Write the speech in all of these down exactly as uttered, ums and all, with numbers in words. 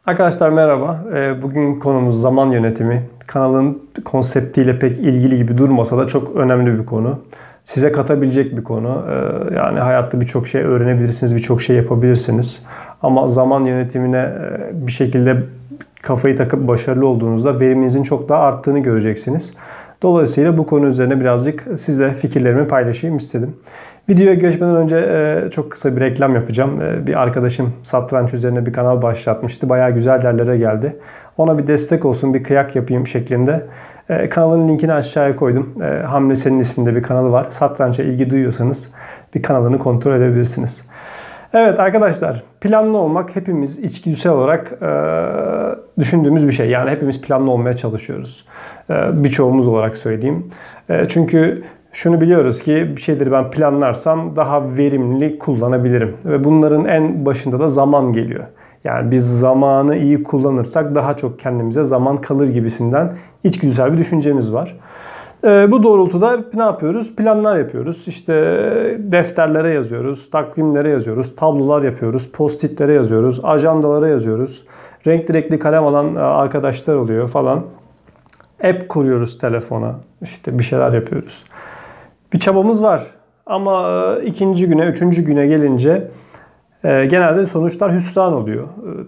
Arkadaşlar merhaba. Bugün konumuz zaman yönetimi. Kanalın konseptiyle pek ilgili gibi durmasa da çok önemli bir konu. Size katabilecek bir konu. Yani hayatta birçok şey öğrenebilirsiniz, birçok şey yapabilirsiniz. Ama zaman yönetimine bir şekilde kafayı takıp başarılı olduğunuzda veriminizin çok daha arttığını göreceksiniz. Dolayısıyla bu konu üzerine birazcık sizle fikirlerimi paylaşayım istedim. Videoya geçmeden önce çok kısa bir reklam yapacağım. Bir arkadaşım satranç üzerine bir kanal başlatmıştı. Bayağı güzel yerlere geldi. Ona bir destek olsun, bir kıyak yapayım şeklinde. Kanalın linkini aşağıya koydum. Hamle Senin isminde bir kanalı var. Satrança ilgi duyuyorsanız bir kanalını kontrol edebilirsiniz. Evet arkadaşlar, planlı olmak hepimiz içgüdüsel olarak e, düşündüğümüz bir şey. Yani hepimiz planlı olmaya çalışıyoruz. E, birçoğumuz olarak söyleyeyim. E, çünkü şunu biliyoruz ki bir şeyleri ben planlarsam daha verimli kullanabilirim. Ve bunların en başında da zaman geliyor. Yani biz zamanı iyi kullanırsak daha çok kendimize zaman kalır gibisinden içgüdüsel bir düşüncemiz var. Bu doğrultuda ne yapıyoruz? Planlar yapıyoruz. İşte defterlere yazıyoruz, takvimlere yazıyoruz, tablolar yapıyoruz, post-itlere yazıyoruz, ajandalara yazıyoruz. Renkli renkli kalem alan arkadaşlar oluyor falan. App kuruyoruz telefona. İşte bir şeyler yapıyoruz. Bir çabamız var. Ama ikinci güne, üçüncü güne gelince genelde sonuçlar hüsran oluyor.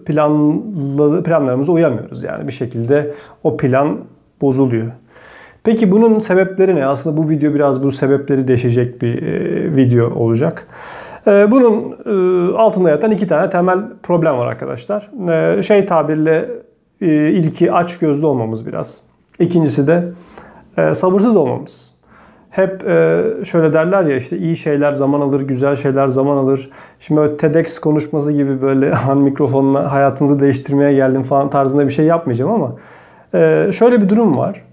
Planlı, planlarımıza uyamıyoruz. Yani bir şekilde o plan bozuluyor. Peki bunun sebepleri ne? Aslında bu video biraz bu sebepleri deşecek bir e, video olacak. E, bunun e, altında yatan iki tane temel problem var arkadaşlar. E, şey tabirle e, ilki açgözlü olmamız biraz. İkincisi de e, sabırsız olmamız. Hep e, şöyle derler ya işte iyi şeyler zaman alır, güzel şeyler zaman alır. Şimdi böyle TEDx konuşması gibi böyle han mikrofonla hayatınızı değiştirmeye geldim falan tarzında bir şey yapmayacağım ama e, şöyle bir durum var.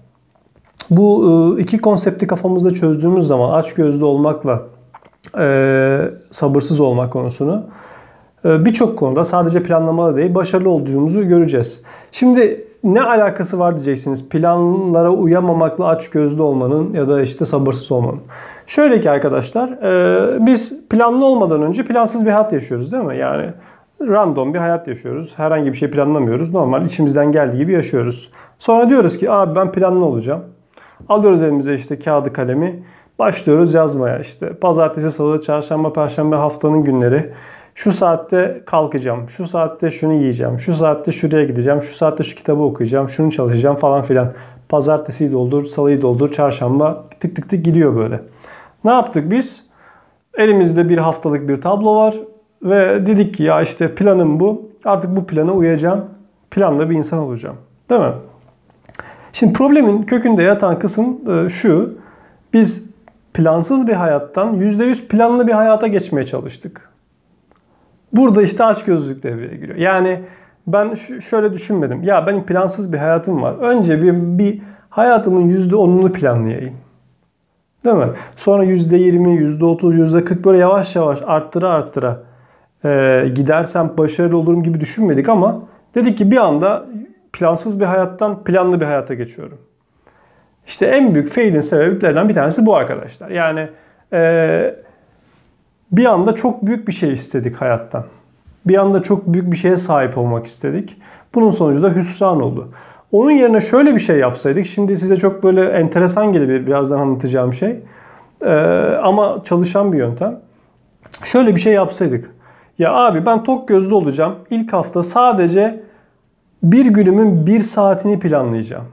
Bu iki konsepti kafamızda çözdüğümüz zaman açgözlü olmakla e, sabırsız olmak konusunu e, birçok konuda sadece planlamada değil başarılı olduğumuzu göreceğiz. Şimdi ne alakası var diyeceksiniz planlara uyamamakla açgözlü olmanın ya da işte sabırsız olmanın. Şöyle ki arkadaşlar e, biz planlı olmadan önce plansız bir hayat yaşıyoruz değil mi? Yani random bir hayat yaşıyoruz. Herhangi bir şey planlamıyoruz. Normal içimizden geldiği gibi yaşıyoruz. Sonra diyoruz ki abi ben planlı olacağım. Alıyoruz elimize işte kağıdı kalemi. Başlıyoruz yazmaya. İşte pazartesi, salı, çarşamba, perşembe haftanın günleri. Şu saatte kalkacağım. Şu saatte şunu yiyeceğim. Şu saatte şuraya gideceğim. Şu saatte şu kitabı okuyacağım. Şunu çalışacağım falan filan. Pazartesiyi doldur, salıyı doldur, çarşamba tık tık tık gidiyor böyle. Ne yaptık biz? Elimizde bir haftalık bir tablo var. Ve dedik ki ya işte planım bu. Artık bu plana uyacağım. Planlı bir insan olacağım. Değil mi? Şimdi problemin kökünde yatan kısım şu. Biz plansız bir hayattan yüzde yüz planlı bir hayata geçmeye çalıştık. Burada işte açgözlülük devreye giriyor. Yani ben şöyle düşünmedim. Ya benim plansız bir hayatım var. Önce bir, bir hayatımın yüzde onunu planlayayım. Değil mi? Sonra yüzde yirmi, yüzde otuz, yüzde kırk böyle yavaş yavaş arttıra arttıra e, gidersem başarılı olurum gibi düşünmedik ama dedik ki bir anda plansız bir hayattan planlı bir hayata geçiyorum. İşte en büyük fail'in sebeplerinden bir tanesi bu arkadaşlar. Yani e, bir anda çok büyük bir şey istedik hayattan. Bir anda çok büyük bir şeye sahip olmak istedik. Bunun sonucu da hüsran oldu. Onun yerine şöyle bir şey yapsaydık. Şimdi size çok böyle enteresan gelebilir birazdan anlatacağım şey. E, ama çalışan bir yöntem. Şöyle bir şey yapsaydık. Ya abi ben tok gözlü olacağım. İlk hafta sadece bir günümün bir saatini planlayacağım.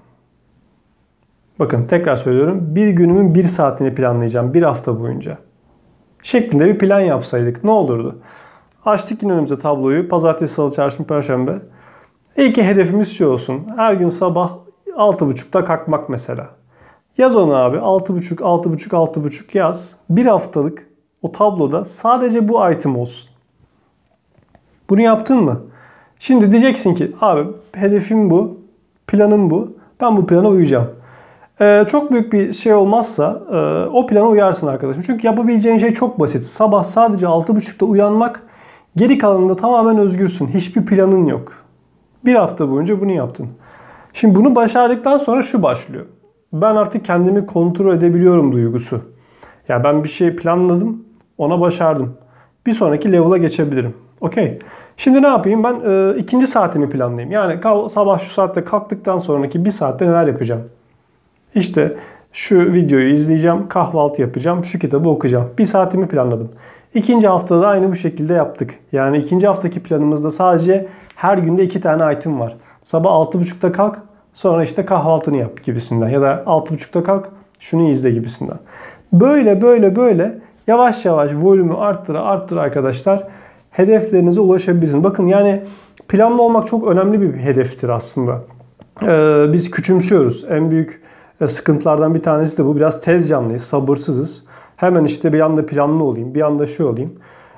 Bakın tekrar söylüyorum. Bir günümün bir saatini planlayacağım bir hafta boyunca. Şeklinde bir plan yapsaydık ne olurdu? Açtık yine önümüze tabloyu. Pazartesi, salı, çarşamba, perşembe. İlk hedefimiz şu olsun. Her gün sabah altı buçukta kalkmak mesela. Yaz onu abi. altı buçuk, altı buçuk, altı buçuk yaz. Bir haftalık o tabloda sadece bu item olsun. Bunu yaptın mı? Şimdi diyeceksin ki abi hedefim bu, planım bu. Ben bu plana uyacağım. Ee, çok büyük bir şey olmazsa e, o plana uyarsın arkadaşım. Çünkü yapabileceğin şey çok basit. Sabah sadece altı buçukta uyanmak, geri kalanında tamamen özgürsün. Hiçbir planın yok. Bir hafta boyunca bunu yaptın. Şimdi bunu başardıktan sonra şu başlıyor. Ben artık kendimi kontrol edebiliyorum duygusu. Ya yani ben bir şey planladım, ona başardım. Bir sonraki level'a geçebilirim. Okey. Şimdi ne yapayım? Ben e, ikinci saatimi planlayayım. Yani sabah şu saatte kalktıktan sonraki bir saatte neler yapacağım? İşte şu videoyu izleyeceğim, kahvaltı yapacağım, şu kitabı okuyacağım. Bir saatimi planladım. İkinci haftada aynı bu şekilde yaptık. Yani ikinci haftaki planımızda sadece her günde iki tane item var. Sabah altı buçukta kalk, sonra işte kahvaltını yap gibisinden. Ya da altı buçukta kalk, şunu izle gibisinden. Böyle böyle böyle yavaş yavaş volümü arttıra arttıra arkadaşlar hedeflerinize ulaşabilirsiniz. Bakın yani planlı olmak çok önemli bir hedeftir aslında. Ee, biz küçümsüyoruz. En büyük sıkıntılardan bir tanesi de bu. Biraz tez canlıyız, sabırsızız. Hemen işte bir anda planlı olayım, bir anda şey olayım.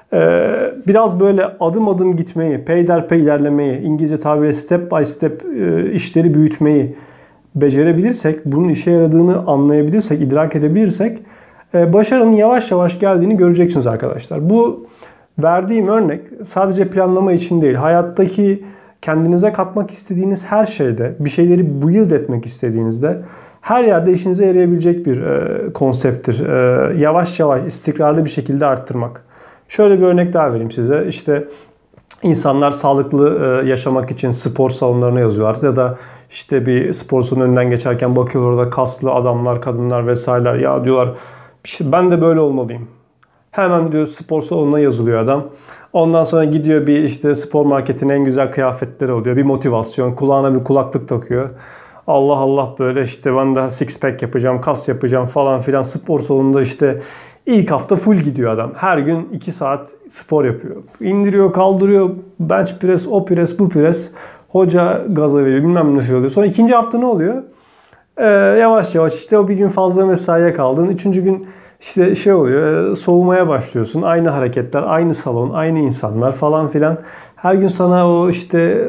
Ee, biraz böyle adım adım gitmeyi, peyderpey ilerlemeyi, İngilizce tabiriyle step by step e, işleri büyütmeyi becerebilirsek, bunun işe yaradığını anlayabilirsek, idrak edebilirsek e, başarının yavaş yavaş geldiğini göreceksiniz arkadaşlar. Bu verdiğim örnek sadece planlama için değil, hayattaki kendinize katmak istediğiniz her şeyde, bir şeyleri build etmek istediğinizde her yerde işinize yarayabilecek bir e, konsepttir. E, yavaş yavaş, istikrarlı bir şekilde arttırmak. Şöyle bir örnek daha vereyim size. İşte insanlar sağlıklı e, yaşamak için spor salonlarına yazıyorlar. Ya da işte bir spor salonunun önünden geçerken bakıyorlar orada kaslı adamlar, kadınlar vesaireler. Ya diyorlar işte ben de böyle olmalıyım. Hemen diyor spor salonuna yazılıyor adam. Ondan sonra gidiyor bir işte spor marketinin en güzel kıyafetleri oluyor. Bir motivasyon. Kulağına bir kulaklık takıyor. Allah Allah böyle işte ben daha six pack yapacağım, kas yapacağım falan filan. Spor salonunda işte ilk hafta full gidiyor adam. Her gün iki saat spor yapıyor. İndiriyor, kaldırıyor. Bench press, o press, bu press. Hoca gaza veriyor, bilmem ne şey oluyor. Sonra ikinci hafta ne oluyor? Ee, yavaş yavaş işte o bir gün fazla mesaiye kaldın. Üçüncü gün işte şey oluyor, soğumaya başlıyorsun. Aynı hareketler, aynı salon, aynı insanlar falan filan. Her gün sana o işte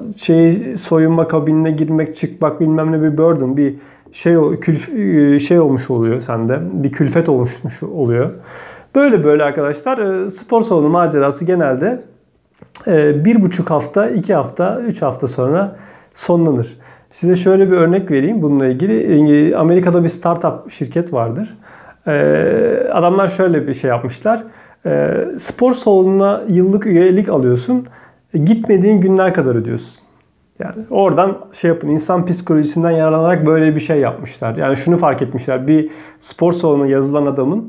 şey soyunma kabinine girmek, çıkmak bilmem ne bir burden, bir şey külf, şey olmuş oluyor sende. Bir külfet oluşmuş oluyor. Böyle böyle arkadaşlar spor salonu macerası genelde bir buçuk hafta, iki hafta, üç hafta sonra sonlanır. Size şöyle bir örnek vereyim bununla ilgili. Amerika'da bir startup şirket vardır. Adamlar şöyle bir şey yapmışlar. Spor salonuna yıllık üyelik alıyorsun. Gitmediğin günler kadar ödüyorsun. Yani oradan şey yapın, insan psikolojisinden yararlanarak böyle bir şey yapmışlar. Yani şunu fark etmişler. Bir spor salonuna yazılan adamın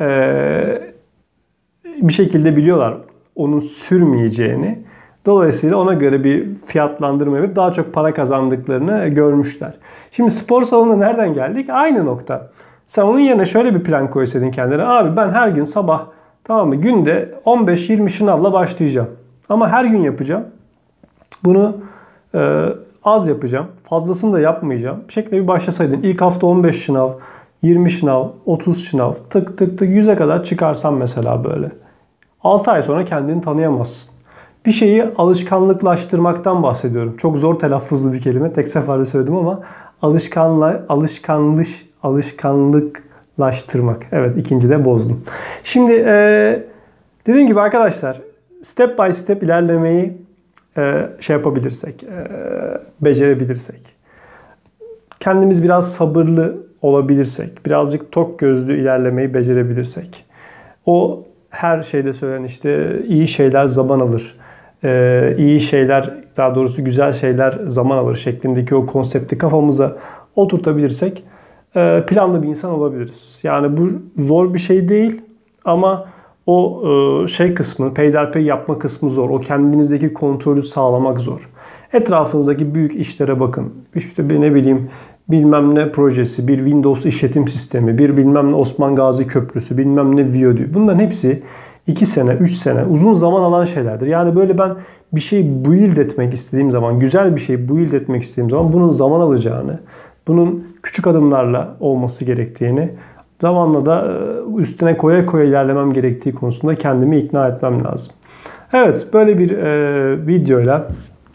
bir şekilde biliyorlar onun sürmeyeceğini. Dolayısıyla ona göre bir fiyatlandırma yapıp daha çok para kazandıklarını görmüşler. Şimdi spor salonuna nereden geldik? Aynı nokta. Sen onun yerine şöyle bir plan koysaydın kendine. Abi ben her gün sabah, tamam mı, günde on beş yirmi şınavla başlayacağım. Ama her gün yapacağım. Bunu e, az yapacağım. Fazlasını da yapmayacağım. Bir şekilde bir başlasaydın. İlk hafta on beş şınav, yirmi şınav, otuz şınav, tık tık tık yüze kadar çıkarsan mesela böyle. altı ay sonra kendini tanıyamazsın. Bir şeyi alışkanlıklaştırmaktan bahsediyorum. Çok zor telaffuzlu bir kelime. Tek seferde söyledim ama alışkanla, alışkanlış, alışkanlıklaştırmak. Evet, ikinci de bozdum. Şimdi e, dediğim gibi arkadaşlar step by step ilerlemeyi e, şey yapabilirsek, e, becerebilirsek, kendimiz biraz sabırlı olabilirsek, birazcık tok gözlü ilerlemeyi becerebilirsek, o her şeyde söylenen işte iyi şeyler zaman alır. Ee, iyi şeyler, daha doğrusu güzel şeyler zaman alır şeklindeki o konsepti kafamıza oturtabilirsek e, planlı bir insan olabiliriz. Yani bu zor bir şey değil ama o e, şey kısmı, peyderpey yapma kısmı zor. O kendinizdeki kontrolü sağlamak zor. Etrafınızdaki büyük işlere bakın. İşte bir ne bileyim bilmem ne projesi, bir Windows işletim sistemi, bir bilmem ne Osman Gazi Köprüsü, bilmem ne Viyadü. Bunların hepsi iki sene, üç sene uzun zaman alan şeylerdir. Yani böyle ben bir şey build etmek istediğim zaman, güzel bir şey build etmek istediğim zaman bunun zaman alacağını, bunun küçük adımlarla olması gerektiğini, zamanla da üstüne koya koya ilerlemem gerektiği konusunda kendimi ikna etmem lazım. Evet, böyle bir e, videoyla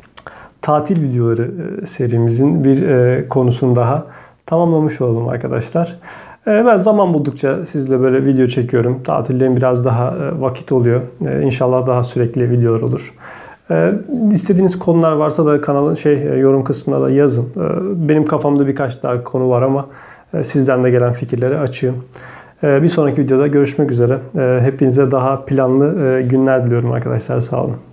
tatil videoları serimizin bir e, konusunu daha tamamlamış oldum arkadaşlar. E, ben zaman buldukça sizle böyle video çekiyorum. Tatilden biraz daha e, vakit oluyor. E, İnşallah daha sürekli videolar olur. E, istediğiniz konular varsa da kanalın şey e, yorum kısmına da yazın. E, benim kafamda birkaç daha konu var ama e, sizden de gelen fikirleri açığım. E, bir sonraki videoda görüşmek üzere. E, hepinize daha planlı e, günler diliyorum arkadaşlar. Sağ olun.